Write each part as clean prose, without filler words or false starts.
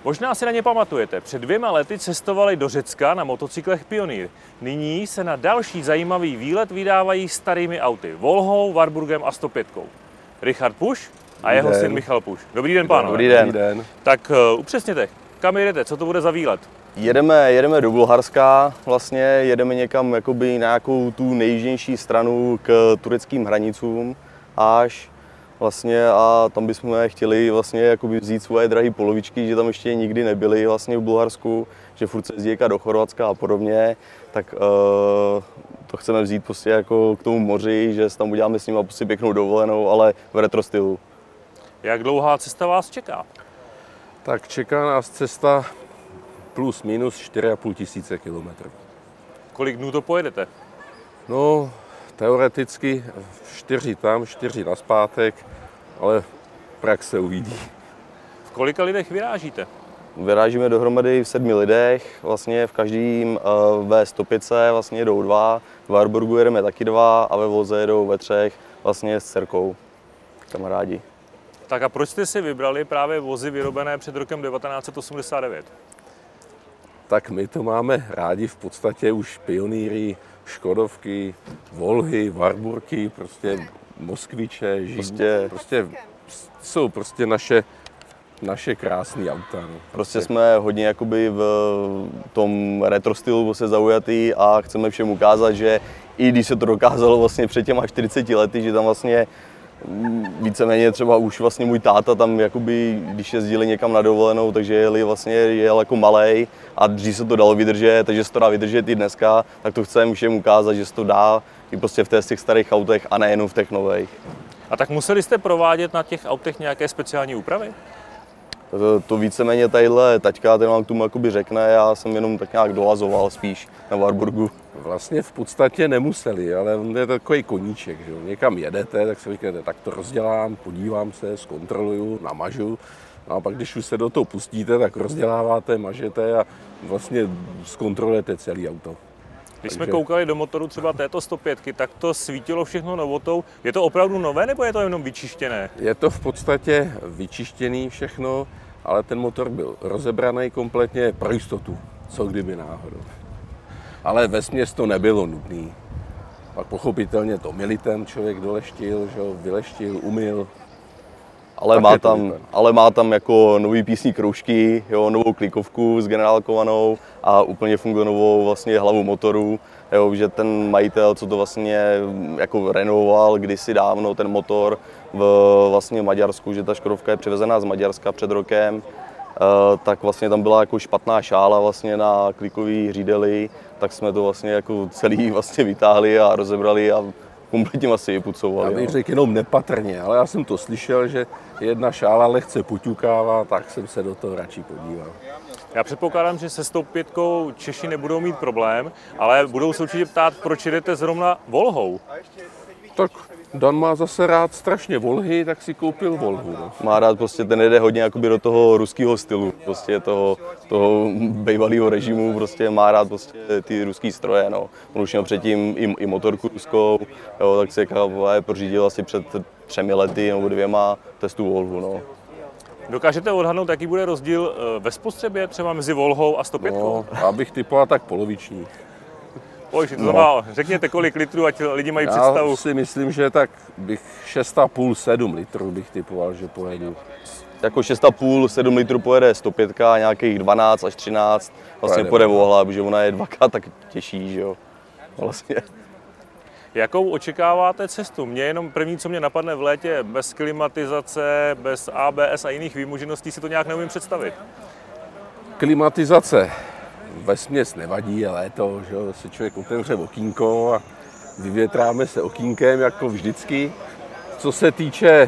Možná si na ně pamatujete. Před 2 lety cestovali do Řecka na motocyklech Pionýr. Nyní se na další zajímavý výlet vydávají starými auty. Volhou, Warburgem a 105. Richard Puš a jeho syn Michal Puš. Dobrý den, pánové. Dobrý den. Tak upřesněte, kam jedete, co to bude za výlet? Jedeme do Bulharska, vlastně jedeme někam jakoby na nějakou tu nejjižnější stranu k tureckým hranicům až vlastně a tam bychom chtěli vlastně jakoby vzít svoje drahé polovičky, že tam ještě nikdy nebyli vlastně v Bulharsku, že furt se jezdí do Chorvatska a podobně, tak to chceme vzít prostě jako k tomu moři, že tam uděláme s nimi prostě pěknou dovolenou, ale v retro stylu. Jak dlouhá cesta vás čeká? Tak čeká nás cesta plus minus 4,5 tisíce kilometrů. Kolik dnů to pojedete? No, teoreticky 4 tam, 4 nazpátek, ale praxe uvidí. V kolika lidech vyrážíte? Vyrážíme dohromady v 7 lidech, vlastně v každém ve 105 vlastně jedou 2, v Warburgu jedeme taky 2 a ve voze jedou ve 3 vlastně s dcerkou, kamarádi. Tak a proč jste si vybrali právě vozy vyrobené před rokem 1989? Tak my to máme rádi v podstatě už Pionýry, Škodovky, Volhy, Warburgy, prostě Moskviče, prostě jsou prostě naše krásné auta. No. Prostě jsme hodně jakoby v tom retro stylu se zaujatý a chceme všem ukázat, že i když se to dokázalo vlastně před těma 40 lety, že tam vlastně víceméně třeba už vlastně můj táta tam jakoby, když jezdili někam na dovolenou, takže jel jako malej a dřív se to dalo vydržet, takže se to dá vydržet i dneska, tak to chceme všem ukázat, že se to dá i prostě v těch starých autech a nejenom v těch nových. A tak museli jste provádět na těch autech nějaké speciální úpravy? To víceméně tadyhle taťka, ten vám k tomu jakoby řekne, já jsem jenom tak nějak dolazoval spíš na Warburgu. Vlastně v podstatě nemuseli, ale on je takový koníček, že jo. Někam jedete, tak si říkáte, tak to rozdělám, podívám se, zkontroluju, namažu. A pak, když už se do toho pustíte, tak rozděláváte, mažete a vlastně zkontrolujete celý auto. Když jsme koukali do motoru třeba této 105, tak to svítilo všechno novotou. Je to opravdu nové, nebo je to jenom vyčištěné? Je to v podstatě vyčištěný všechno, ale ten motor byl rozebraný kompletně pro jistotu, co kdyby náhodou. Ale vesměs to nebylo nutný. Pak pochopitelně to militem člověk doleštil, že ho vyleštil, umyl. Ale má tam jako nový písní kroužky, jo, novou klikovku zgenerálkovanou a úplně funguje novou vlastně hlavu motoru. Jo, že ten majitel, co to vlastně jako renovoval kdysi dávno ten motor v vlastně Maďarsku, že ta Škodovka je přivezená z Maďarska před rokem, tak vlastně tam byla jako špatná šála vlastně na klikový hřídeli, tak jsme to vlastně jako celý vlastně vytáhli a rozebrali a kompletně asi vypucovali. Já bych řekl jenom nepatrně, ale já jsem to slyšel, že jedna šála lehce poťukává, tak jsem se do toho radši podíval. Já předpokládám, že se 105 Češi nebudou mít problém, ale budou se určitě ptát, proč jedete zrovna Volhou. Tak Dan má zase rád strašně Volhy, tak si koupil Volhu. No. Má rád prostě, ten jede hodně jakoby do toho ruského stylu, prostě toho bývalého režimu, prostě má rád prostě ty ruský stroje, no. On už měl předtím i motorku ruskou, jo, tak se pořídil asi před 3 lety nebo 2 testu Volhu, no. Dokážete odhadnout, jaký bude rozdíl ve spotřebě třeba mezi Volhou a 105? No, abych typoval tak poloviční. To znamená, řekněte, kolik litrů, ať lidi mají představu. Já si myslím, že tak bych 6,5-7 litrů bych typoval, že pojedu. Jako 6,5-7 litrů pojede 105 a nějakých 12 až 13 vlastně pojede Volha, protože ona je 2x tak těžší, že jo. Vlastně. Jakou očekáváte cestu? Mně jenom první, co mě napadne v létě, bez klimatizace, bez ABS a jiných výmožeností si to nějak neumím představit. Klimatizace vesměs nevadí, je léto, že si člověk otevře okýnko a vyvětráme se okýnkem jako vždycky. Co se týče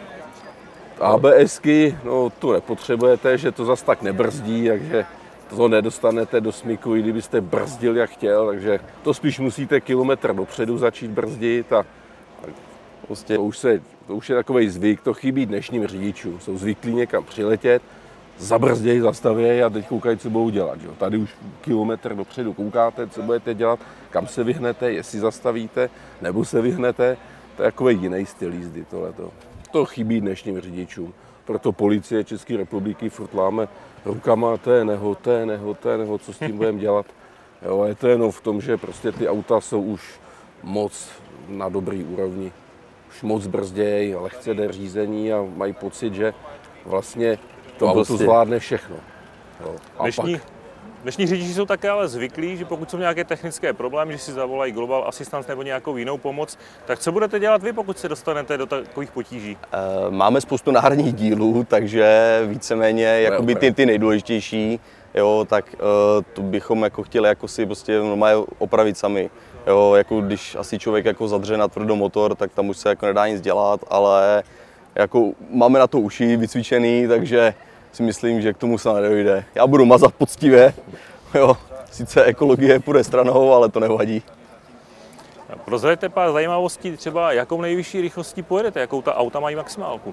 ABSky, no tu nepotřebujete, že to zas tak nebrzdí, takže to nedostanete do smyku, i kdybyste brzdil jak chtěl, takže to spíš musíte kilometr dopředu začít brzdit a prostě to už je takovej zvyk, to chybí dnešním řidičům. Jsou zvyklí někam přiletět, zabrzdějí, zastavějí a teď koukají, co budou dělat. Že? Tady už kilometr dopředu koukáte, co budete dělat, kam se vyhnete, jestli zastavíte, nebo se vyhnete. To je takový jiný styl jízdy tohleto. To chybí dnešním řidičům. proto policie České republiky furt láme rukama, to je nehod, co s tím budeme dělat. Jo, je to jenom v tom, že prostě ty auta jsou už moc na dobrý úrovni. Už moc brzdějí, lehce jde řízení a mají pocit, že vlastně to auto zvládne všechno. Jo. Dnešní řidiči jsou také ale zvyklí, že pokud jsou nějaké technické problémy, že si zavolají Global Assistance nebo nějakou jinou pomoc, tak co budete dělat vy, pokud se dostanete do takových potíží? Máme spoustu náhradních dílů, takže víceméně jakoby ty nejdůležitější, jo, tak to bychom jako chtěli jako si prostě normálně opravit sami. Jo, jako když asi člověk jako zadře na tvrdo motor, tak tam už se jako nedá nic dělat, ale jako máme na to uši vycvičený, takže si myslím, že k tomu se nedojde. Já budu mazat poctivě, jo, sice ekologie půjde stranou, ale to nevadí. Prozraďte pár zajímavostí, třeba jakou nejvyšší rychlostí pojedete, jakou ta auta mají maximálku?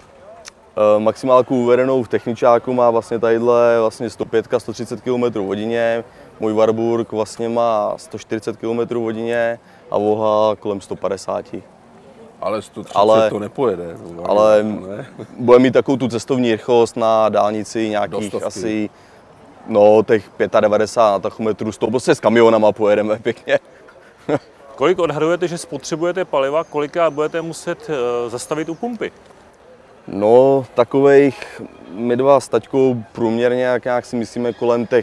Maximálku uvedenou v techničáku má vlastně tadyhle vlastně 105, 130 km/h. Můj Warburg vlastně má 140 km/h a Volha kolem 150. Ale 130 to nepojede. Ale bude mít takovou tu cestovní rychlost na dálnici nějakých asi těch 95 na tachometru, 100 prostě s kamionama pojedeme pěkně. Kolik odhadujete, že spotřebujete paliva, kolikrát budete muset zastavit u pumpy? No, takovejch my dva s taťkou průměrně, jak nějak si myslíme, kolem těch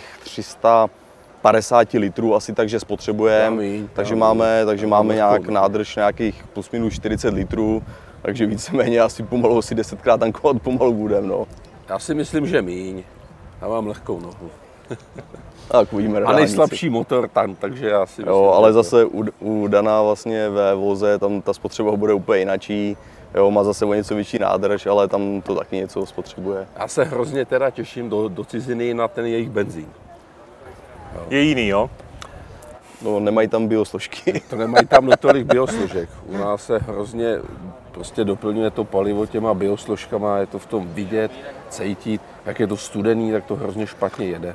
350 litrů asi takže spotřebujeme, takže máme nějak nádrž nějakých plus minus 40 litrů, takže víceméně asi pomalu asi 10krát tankovat pomalu budeme, no. Já si myslím, že míň. Já mám lehkou nohu. Tak uvidíme. A nejslabší motor tam, takže já si myslím, ale zase u Dana vlastně ve Volze, tam ta spotřeba bude úplně jinačí. Jo, má zase o něco větší nádrž, ale tam to taky něco spotřebuje. Já se hrozně teda těším do ciziny na ten jejich benzín. Jo. Je jiný, jo? No, nemají tam biosložky. To nemají tam tolik biosložek. U nás se hrozně prostě doplňuje to palivo těma biosložkama, je to v tom vidět, cítit, jak je to studený, tak to hrozně špatně jede.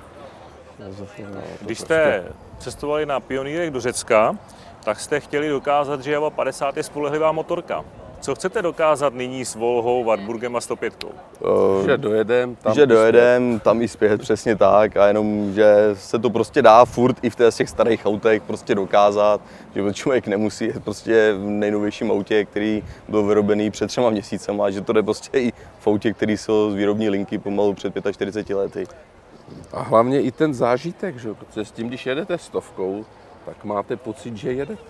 Když jste cestovali na pionýrech do Řecka, tak jste chtěli dokázat, že Java 50 je spolehlivá motorka. Co chcete dokázat nyní s Volhou, Wartburgem a 105? Že dojedem tam i zpět, přesně tak. A jenom, že se to prostě dá furt i v těch starých autech prostě dokázat, že člověk nemusí jet prostě v nejnovějším autě, který byl vyrobený před 3 měsícema, že to jde prostě i v autě, který jsou z výrobní linky pomalu před 45 lety. A hlavně i ten zážitek, že? Protože s tím, když jedete 100, tak máte pocit, že jedete.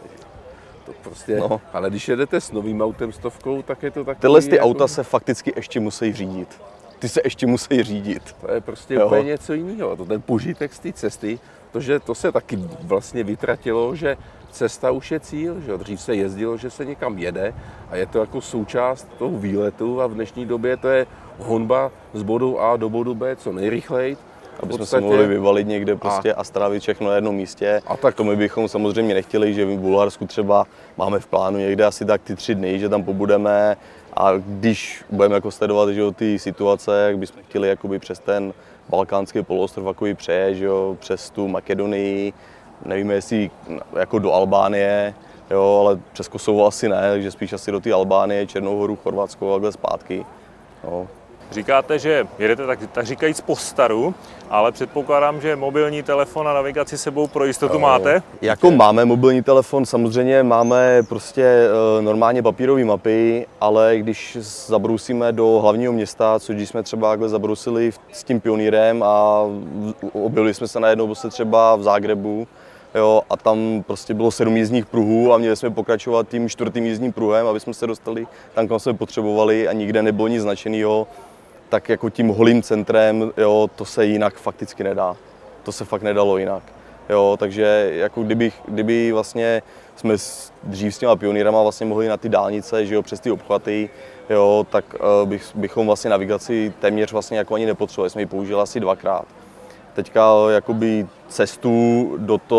To prostě, ale když jedete s novým autem 100, tak je to takový... Tyhle ty auta se fakticky ještě musí řídit. Ty se ještě musí řídit. To je prostě úplně něco jiného. To ten požitek z té cesty, protože to se taky vlastně vytratilo, že cesta už je cíl, že dřív se jezdilo, že se někam jede a je to jako součást toho výletu a v dnešní době to je honba z bodu A do bodu B co nejrychleji. Aby jsme se mohli vyvalit někde prostě a strávit všechno na jednom místě. A tak to my bychom samozřejmě nechtěli, že v Bulharsku třeba máme v plánu někde asi tak ty 3 dny, že tam pobudeme a když budeme jako sledovat, že ty situace, jak bychom chtěli jakoby přes ten balkánský poloostrov jakoby přejet, že jo, přes tu Makedonii, nevíme jestli jako do Albánie, jo, ale přes Kosovo asi ne, takže spíš asi do té Albánie, Černou Horu, Chorvatsko a takhle zpátky. Jo. Říkáte, že jedete tak říkajíc po staru, ale předpokládám, že mobilní telefon a navigaci sebou pro jistotu máte? Jako máme mobilní telefon, samozřejmě máme prostě normálně papírové mapy, ale když zabrousíme do hlavního města, což když jsme třeba takhle zabrousili s tím pionýrem a objevili jsme se najednou prostě třeba v Zágrebu, jo, a tam prostě bylo 7 jízdních pruhů a měli jsme pokračovat tím 4. jízdním pruhem, aby jsme se dostali tam, kam jsme potřebovali a nikde nebylo nic značeného. Tak jako tím holým centrem, jo, to se jinak fakticky nedá. To se fakt nedalo jinak. Jo, takže jako kdyby vlastně jsme dřív s těma pionýrama vlastně mohli na ty dálnice, že jo, přes ty obchvaty, jo, tak bychom vlastně navigaci téměř vlastně jako ani nepotřebovali, jsme ji použili asi 2krát. Teďka jakoby cestu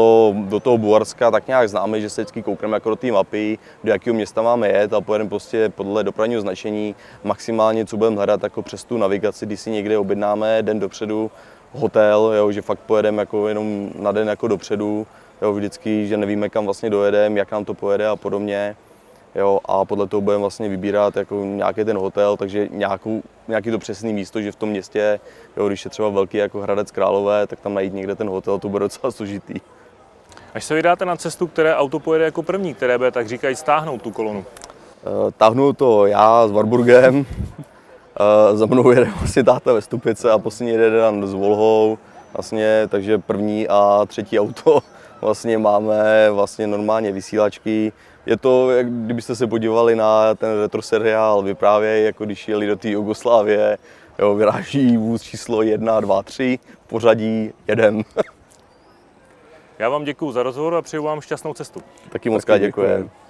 do toho Bulharska tak nějak známe, že se vždycky koukneme jako do té mapy, do jakého města máme jet a pojedeme prostě podle dopravního značení maximálně, co budeme hledat jako přes tu navigaci, když si někde objednáme den dopředu hotel, jo, že fakt pojedeme jako jenom na den jako dopředu, jo, vždycky, že nevíme, kam vlastně dojedeme, jak nám to pojede a podobně. Jo, a podle toho budeme vlastně vybírat jako nějaký ten hotel, takže nějaký to přesné místo, že v tom městě, jo, když je třeba velký jako Hradec Králové, tak tam najít někde ten hotel, to bude docela složitý. Až se vydáte na cestu, které auto pojede jako první, které bude tak říkají stáhnout tu kolonu? Táhnu to já s Warburgem, za mnou jede vlastně táta ve Stupice a poslední jede Dan s Volhou, vlastně, takže první a třetí auto vlastně máme vlastně normálně vysílačky. Je to, jak kdybyste se podívali na ten retro seriál, vyprávějí, jako když jeli do té Jugoslávie, jo, vyráží vůz číslo 1, 2, 3, pořadí, jedem. Já vám děkuji za rozhovor a přeju vám šťastnou cestu. Taky moc krát děkuji.